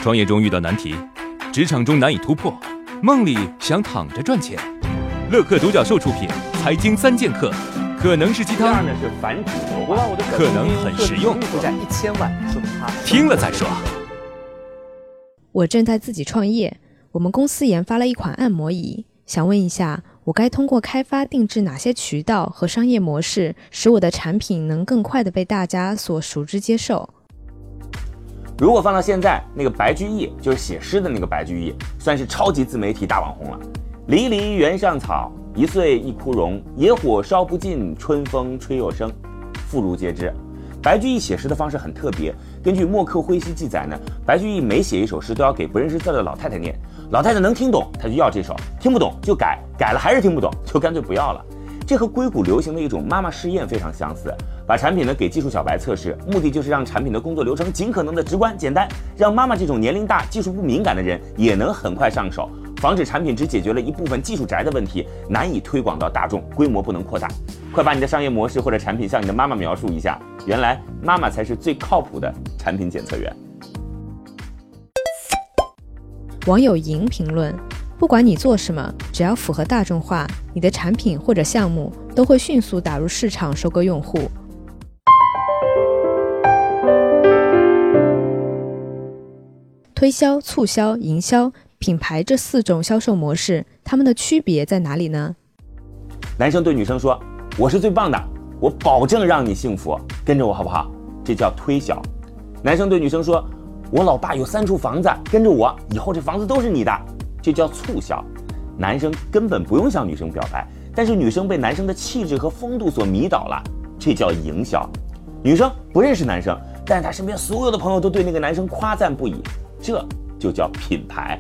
创业中遇到难题，职场中难以突破，梦里想躺着赚钱。乐客独角兽出品，财经3剑客，可能是鸡汤， 是反主流化，可能很实用， 负债1000万，说明他听了再说。 我正在自己创业，我们公司研发了一款按摩仪，想问一下，我该通过开发定制哪些渠道和商业模式，使我的产品能更快地被大家所熟知接受？ 如果放到现在，那个白居易就是写诗的那个白居易，算是超级自媒体大网红了。离离原上草，一岁一枯荣，野火烧不尽，春风吹又生，妇孺皆知。白居易写诗的方式很特别，根据《墨客徽稀》记载呢，白居易每写一首诗都要给不认识字的老太太念，老太太能听懂他就要这首，听不懂就改，改了还是听不懂就干脆不要了。这和硅谷流行的一种妈妈试验非常相似，把产品呢给技术小白测试，目的就是让产品的工作流程尽可能的直观简单，让妈妈这种年龄大、技术不敏感的人也能很快上手，防止产品只解决了一部分技术宅的问题，难以推广到大众，规模不能扩大。快把你的商业模式或者产品向你的妈妈描述一下，原来妈妈才是最靠谱的产品检测员。 网友莹评论：不管你做什么，只要符合大众化，你的产品或者项目都会迅速打入市场，收割用户。推销、促销、营销、品牌这4种销售模式，它们的区别在哪里呢？ 男生对女生说：“我是最棒的，我保证让你幸福，跟着我好不好？”这叫推销。男生对女生说：“我老爸有3处房子，跟着我，以后这房子都是你的。”这叫促销。男生根本不用向女生表白，但是女生被男生的气质和风度所迷倒了，这叫营销。女生不认识男生，但是她身边所有的朋友都对那个男生夸赞不已，这就叫品牌。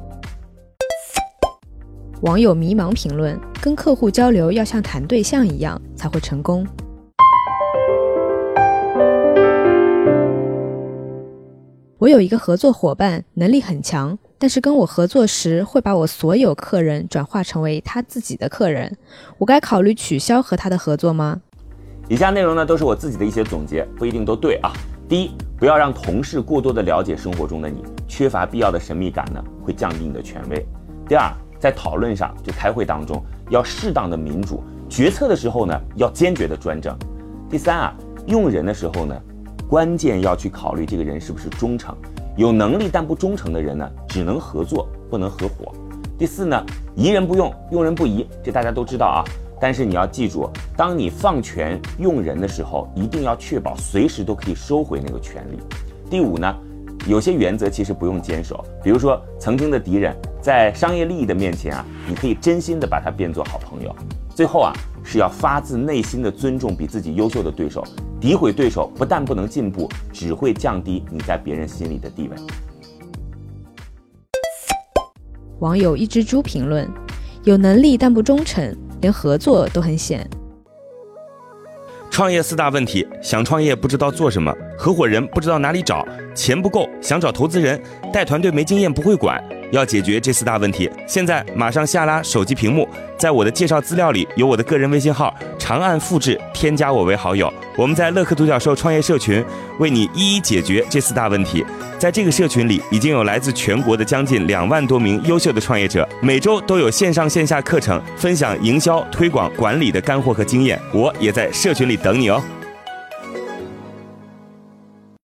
网友迷茫评论：跟客户交流要像谈对象一样才会成功。我有一个合作伙伴，能力很强，但是跟我合作时会把我所有客人转化成为他自己的客人，我该考虑取消和他的合作吗？ 以下内容呢都是我自己的一些总结，不一定都对啊。第一，不要让同事过多的了解生活中的你，缺乏必要的神秘感呢，会降低你的权威。第二，在讨论上，就开会当中要适当的民主，决策的时候呢要坚决的专政。第三啊，用人的时候呢，关键要去考虑这个人是不是忠诚，有能力但不忠诚的人呢，只能合作不能合伙。第四呢，疑人不用，用人不疑，这大家都知道啊。但是你要记住，当你放权用人的时候，一定要确保随时都可以收回那个权利。第五呢，有些原则其实不用坚守，比如说曾经的敌人，在商业利益的面前啊，你可以真心的把他变作好朋友。最后啊，是要发自内心的尊重比自己优秀的对手，诋毁对手不但不能进步，只会降低你在别人心里的地位。 网友一只猪评论：有能力但不忠诚，连合作都很险。 创业4大问题：想创业不知道做什么，合伙人不知道哪里找，钱不够想找投资人，带团队没经验不会管。要解决这4大问题，现在马上下拉手机屏幕，在我的介绍资料里有我的个人微信号，长按复制添加我为好友。我们在乐客独角兽创业社群为你一一解决这4大问题。在这个社群里已经有来自全国的将近2万多名优秀的创业者，每周都有线上线下课程分享营销、推广、管理的干货和经验，我也在社群里等你哦。